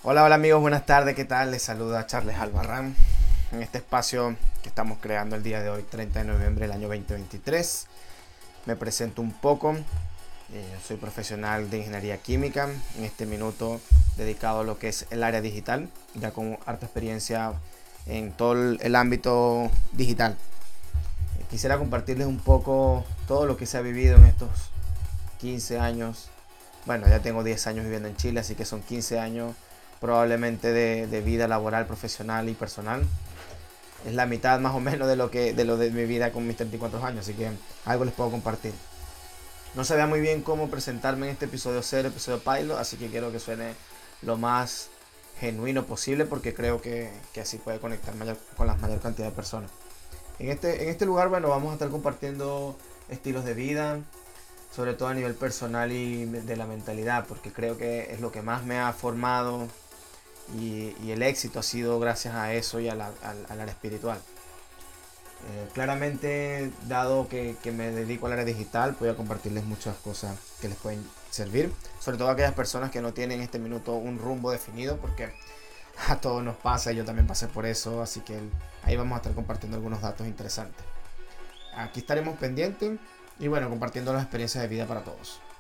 Hola, hola amigos, buenas tardes, ¿qué tal? Les saluda Charles Albarrán en este espacio que estamos creando el día de hoy, 30 de noviembre del año 2023. Me presento un poco, soy profesional de ingeniería química, en este minuto dedicado a lo que es el área digital, ya con harta experiencia en todo el ámbito digital. Quisiera compartirles un poco todo lo que se ha vivido en estos 15 años. Bueno, ya tengo 10 años viviendo en Chile, así que son 15 años probablemente de vida laboral, profesional y personal. Es la mitad más o menos de mi vida con mis 34 años, así que algo les puedo compartir. No sabía muy bien cómo presentarme en este episodio cero, episodio pilot, así que quiero que suene lo más genuino posible porque creo que así puede conectar con la mayor cantidad de personas. En este lugar, bueno, vamos a estar compartiendo estilos de vida, sobre todo a nivel personal y de la mentalidad, porque creo que es lo que más me ha formado y el éxito ha sido gracias a eso y al área espiritual. Claramente, dado que me dedico al área digital, voy a compartirles muchas cosas que les pueden servir, sobre todo a aquellas personas que no tienen en este minuto un rumbo definido, porque a todos nos pasa, y yo también pasé por eso, así que ahí vamos a estar compartiendo algunos datos interesantes. Aquí estaremos pendientes y bueno, compartiendo las experiencias de vida para todos.